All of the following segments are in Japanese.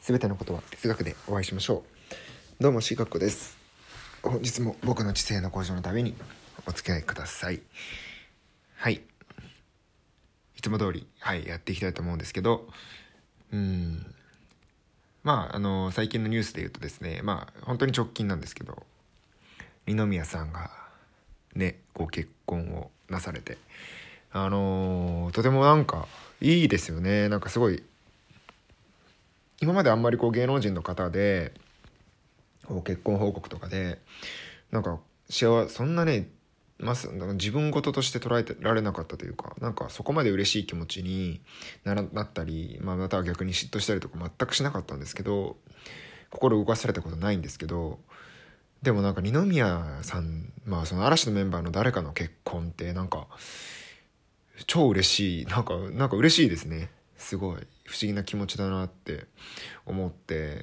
すべてのことは哲学でお会いしましょう。どうもしがっこです。本日も僕の知性の向上のためにお付き合いください。はい、いつも通りやっていきたいと思うんですけど、最近のニュースで言うとですね、本当に直近なんですけど、二宮さんがねご結婚をなされて、とてもなんかいいですよね。なんかすごい今まであんまり芸能人の方で結婚報告とかでなんかそんなね自分事として捉えてられなかったというか、なんかそこまで嬉しい気持ちになったり、または逆に嫉妬したりとか全くしなかったんですけど、心動かされたことないんですけど、でもなんか二宮さん、その嵐のメンバーの誰かの結婚ってなんか超嬉しい、なんか嬉しいですね。すごい不思議な気持ちだなって思って、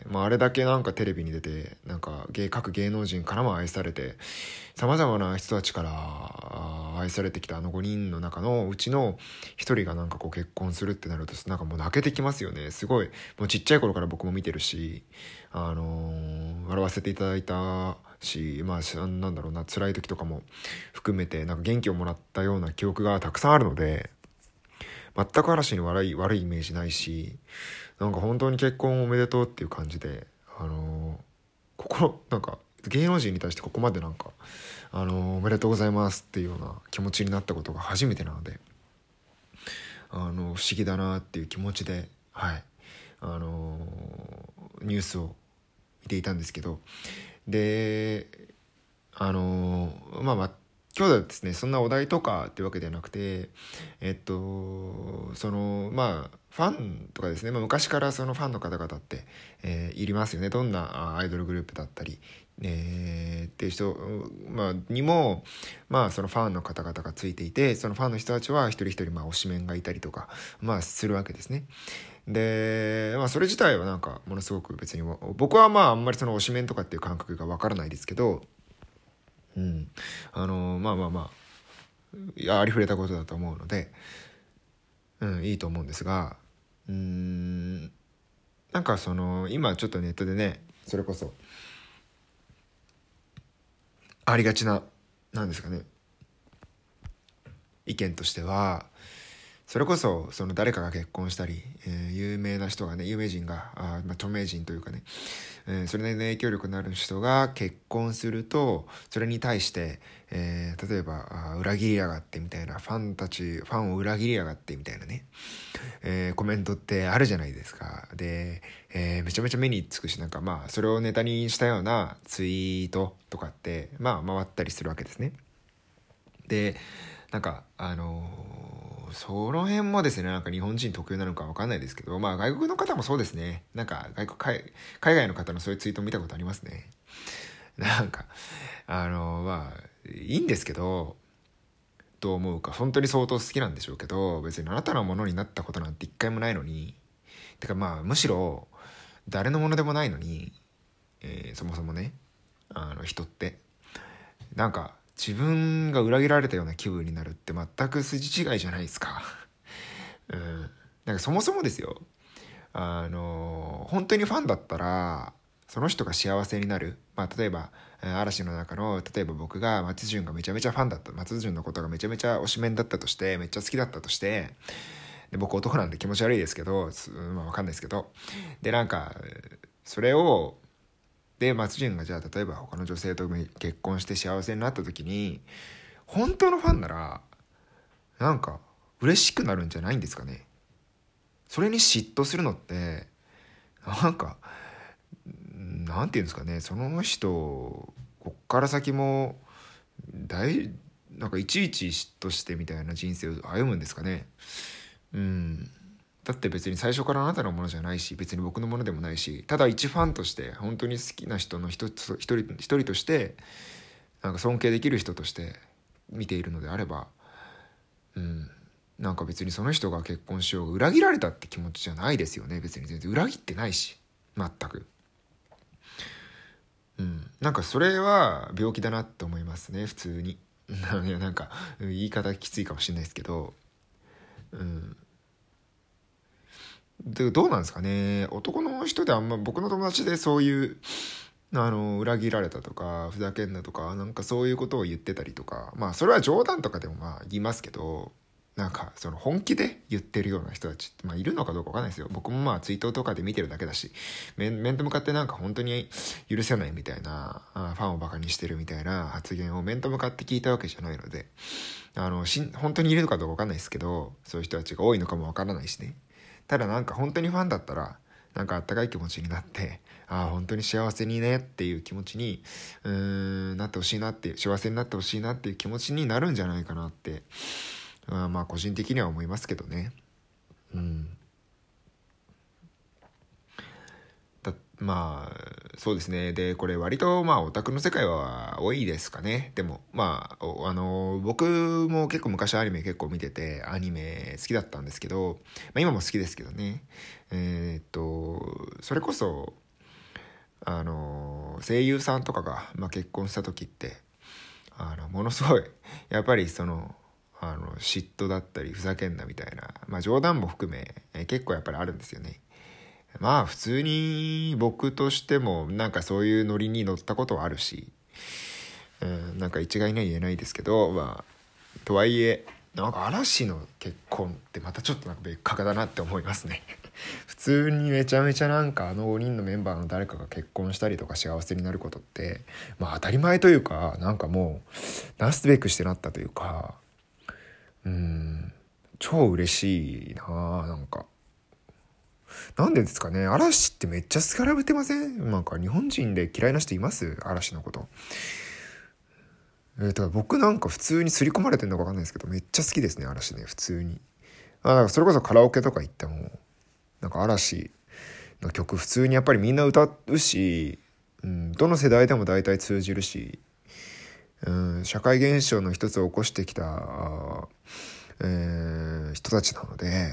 あれだけなんかテレビに出てなんか各芸能人からも愛されて、さまざまな人たちから愛されてきたあの5人の中のうちの1人がなんか結婚するってなると、なんかもう泣けてきますよね。すごいもうちっちゃい頃から僕も見てるし、笑わせていただいたし、なんだろうな、辛い時とかも含めてなんか元気をもらったような記憶がたくさんあるので、全く嵐に悪いイメージないし、なんか本当に結婚おめでとうっていう感じで、なんか芸能人に対してここまでなんかおめでとうございますっていうような気持ちになったことが初めてなので、不思議だなっていう気持ちでニュースを見ていたんですけど、で今日はですね、そんなお題とかっていうわけではなくて、ファンとかですね、昔からそのファンの方々って、いりますよね。どんなアイドルグループだったり、っていう人、にも、そのファンの方々がついていて、そのファンの人たちは一人一人推しメンがいたりとかするわけですね。で、それ自体はなんかものすごく別に僕はあんまりその推しメンとかっていう感覚がわからないですけど、ありふれたことだと思うので、いいと思うんですが、なんか今ちょっとネットでね、それこそありがちな、なんですかね、意見としては、それこそその誰かが結婚したり、有名な人がね、有名人が著名人というかね、それなりの影響力のある人が結婚すると、それに対して、例えば裏切りやがってみたいな、ファンを裏切りやがってみたいなね、コメントってあるじゃないですか。で、めちゃめちゃ目につくし、なんかそれをネタにしたようなツイートとかって回ったりするわけですね。で、なんかその辺もですね、なんか日本人特有なのか分かんないですけど、外国の方もそうですね。なんか海外の方のそういうツイート見たことありますね。なんかいいんですけど、どう思うか、本当に相当好きなんでしょうけど、別にあなたのものになったことなんて一回もないのに、てかむしろ誰のものでもないのに、そもそもね、人ってなんか自分が裏切られたような気分になるって全く筋違いじゃないですか。なんかそもそもですよ、本当にファンだったらその人が幸せになる、例えば嵐の中の、例えば僕が松潤がめちゃめちゃファンだった、松潤のことがめちゃめちゃ推しメンだったとして、めっちゃ好きだったとして、で僕男なんで気持ち悪いですけど、わかんないですけど、でなんかそれを松潤がじゃあ例えば他の女性と結婚して幸せになった時に、本当のファンならなんか嬉しくなるんじゃないんですかね。それに嫉妬するのってなんかなんていうんですかね、その人こっから先もなんかいちいち嫉妬してみたいな人生を歩むんですかね。だって別に最初からあなたのものじゃないし、別に僕のものでもないし、ただ一ファンとして、本当に好きな人の一人として、なんか尊敬できる人として見ているのであれば、なんか別にその人が結婚しようが裏切られたって気持ちじゃないですよね。別に全然裏切ってないし、全く。なんかそれは病気だなって思いますね、普通に。いや、なんか言い方きついかもしれないですけど、 でどうなんですかね。男の人であんま僕の友達でそういう裏切られたとかふざけんなとかなんかそういうことを言ってたりとか、まあそれは冗談とかでもまあ言いますけど、なんかその本気で言ってるような人たちって、まあ、いるのかどうかわかんないですよ。僕もまあツイートとかで見てるだけだし、面と向かってなんか本当に許せないみたいな、ファンをバカにしてるみたいな発言を面と向かって聞いたわけじゃないので、本当にいるのかどうかわかんないですけど、そういう人たちが多いのかもわからないしね。ただなんか本当にファンだったらなんかあったかい気持ちになって、ああ本当に幸せにねっていう気持ちになってほしいなって、幸せになってほしいなっていう気持ちになるんじゃないかなって、まあ個人的には思いますけどね。うん。まあそうですね。でこれ割とまあオタクの世界は多いですかね。でもまあ僕も結構昔アニメ結構見ててアニメ好きだったんですけど、まあ、今も好きですけどね。それこそ声優さんとかが、まあ、結婚した時ってものすごいやっぱり嫉妬だったりふざけんなみたいな、まあ、冗談も含め、結構やっぱりあるんですよね。まあ普通に僕としてもなんかそういうノリに乗ったことはあるし、なんか一概には言えないですけど、まあとはいえなんか嵐の結婚ってまたちょっとなんか別格だなって思いますね。普通にめちゃめちゃなんか5人のメンバーの誰かが結婚したりとか幸せになることってまあ当たり前というか、なんかもうなすべくしてなったというか、超嬉しいな。なんかなんでですかね。嵐ってめっちゃ好かれてません？なんか日本人で嫌いな人います？嵐のこと。だから僕なんか普通に刷り込まれてるのか分かんないですけど、めっちゃ好きですね、嵐ね、普通に。なんかそれこそカラオケとか行っても、なんか嵐の曲普通にやっぱりみんな歌うし、どの世代でも大体通じるし、社会現象の一つを起こしてきた、人たちなので、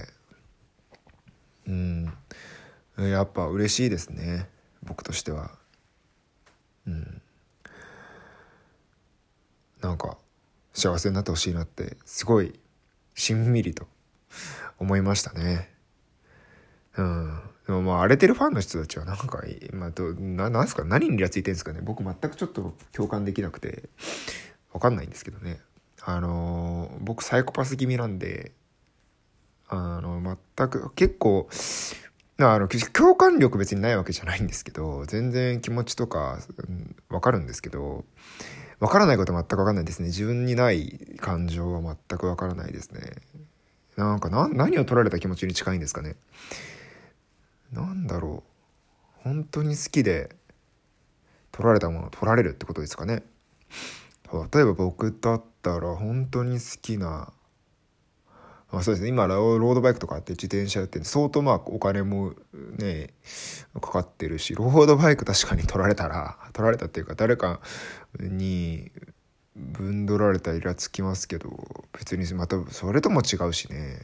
やっぱ嬉しいですね、僕としては。なんか幸せになってほしいなってすごいしんみりと思いましたね。でもまあ荒れてるファンの人たちはなんか、まあ、なんすか、何にイラついてるんですかね。僕全くちょっと共感できなくてわかんないんですけどね。僕サイコパス気味なんで、全く結構共感力別にないわけじゃないんですけど、全然気持ちとかわかるんですけど、わからないことは全くわかんないですね。自分にない感情は全くわからないですね。なんか何を取られた気持ちに近いんですかね。なんだろう。本当に好きで取られたものを取られるってことですかね。例えば僕だったら本当に好きな、そうですね、今ロードバイクとかあって自転車やって相当まあお金もねかかってるし、ロードバイク確かに取られたっていうか誰かにぶんどられたらイラつきますけど、別にまたそれとも違うしね。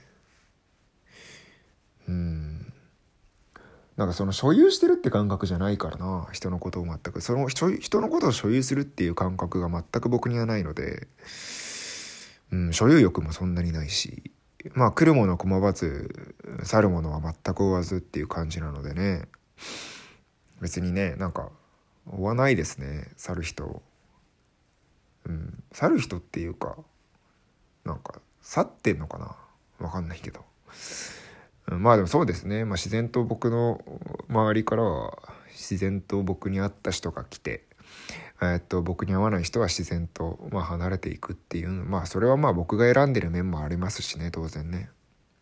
なんかその所有してるって感覚じゃないからな、人のことを全くその人のことを所有するっていう感覚が全く僕にはないので、所有欲もそんなにないし、まあ来るもの拒まず去るものは全く追わずっていう感じなのでね、別にねなんか追わないですね、去る人を。去る人っていうかなんか去ってんのかな、わかんないけど、まあでもそうですね、まあ、自然と僕の周りからは自然と僕に会った人が来て、僕に会わない人は自然とまあ離れていくっていう、まあそれはまあ僕が選んでる面もありますしね、当然ね。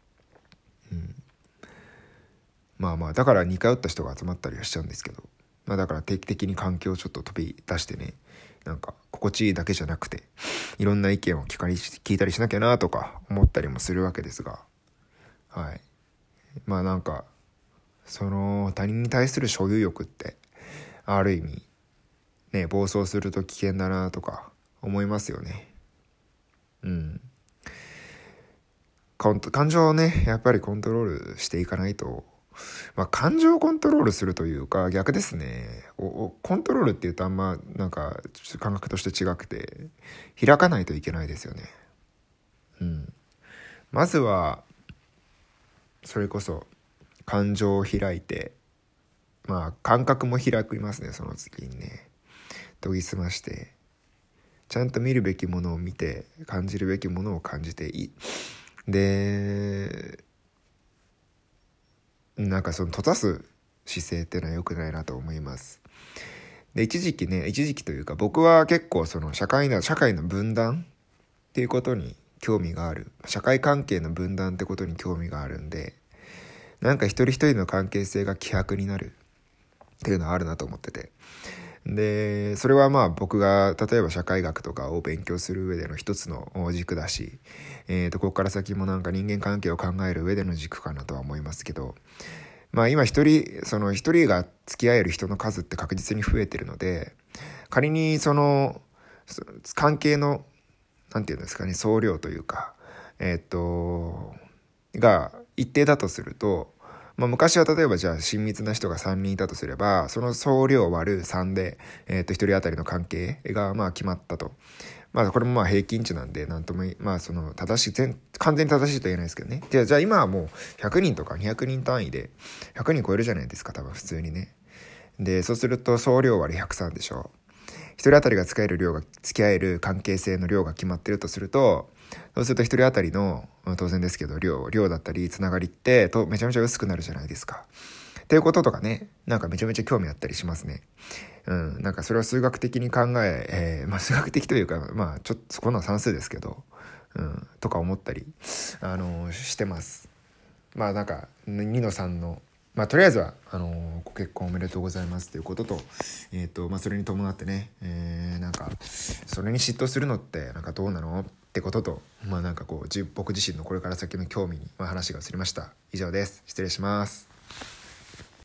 まあまあだから似通った人が集まったりはしちゃうんですけど、まあだから定期的に環境をちょっと飛び出してね、なんか心地いいだけじゃなくていろんな意見を聞いたりしなきゃなとか思ったりもするわけですが、はい。まあなんかその他人に対する所有欲ってある意味ね、暴走すると危険だなとか思いますよね。感情をねやっぱりコントロールしていかないと、まあ、感情をコントロールするというか逆ですね。コントロールっていうとあんまなんか感覚として違くて、開かないといけないですよね。まずはそれこそ感情を開いて、まあ感覚も開きますね。その次にね研ぎ澄まして、ちゃんと見るべきものを見て、感じるべきものを感じていい。で、なんかその閉ざす姿勢っていうのは良くないなと思います。で、一時期というか、僕は結構その社会の分断っていうことに興味がある。社会関係の分断ってことに興味があるんで、なんか一人一人の関係性が希薄になるっていうのはあるなと思ってて。で、それはまあ僕が例えば社会学とかを勉強する上での一つの軸だし、ここから先もなんか人間関係を考える上での軸かなとは思いますけど、まあ今一人が付き合える人の数って確実に増えてるので、仮にその関係のなんていうんですかね、総量というか、が一定だとすると、まあ、昔は例えばじゃあ親密な人が3人いたとすれば、その総量割る3で、1人当たりの関係がまあ決まったと。まあこれもまあ平均値なんで、なんともまあその完全に正しいとは言えないですけどね。じゃあ今はもう100人とか200人単位で100人超えるじゃないですか、多分普通にね。で、そうすると総量割り103でしょ。一人当たりが付き合える関係性の量が決まってるとすると、そうすると一人当たりの、当然ですけど、量だったりつながりってめちゃめちゃ薄くなるじゃないですか。っていうこととかね、なんかめちゃめちゃ興味あったりしますね。なんかそれを数学的に考え、まあ数学的というか、まあちょっとそこの算数ですけど、とか思ったり、してます。まあなんか、ニノさんの、まあとりあえずは、ご結婚おめでとうございますということと、まあそれに伴ってね、なんか、それに嫉妬するのってなんかどうなのってことと、まあなんかこう、僕自身のこれから先の興味に、話が移りました。以上です。失礼します。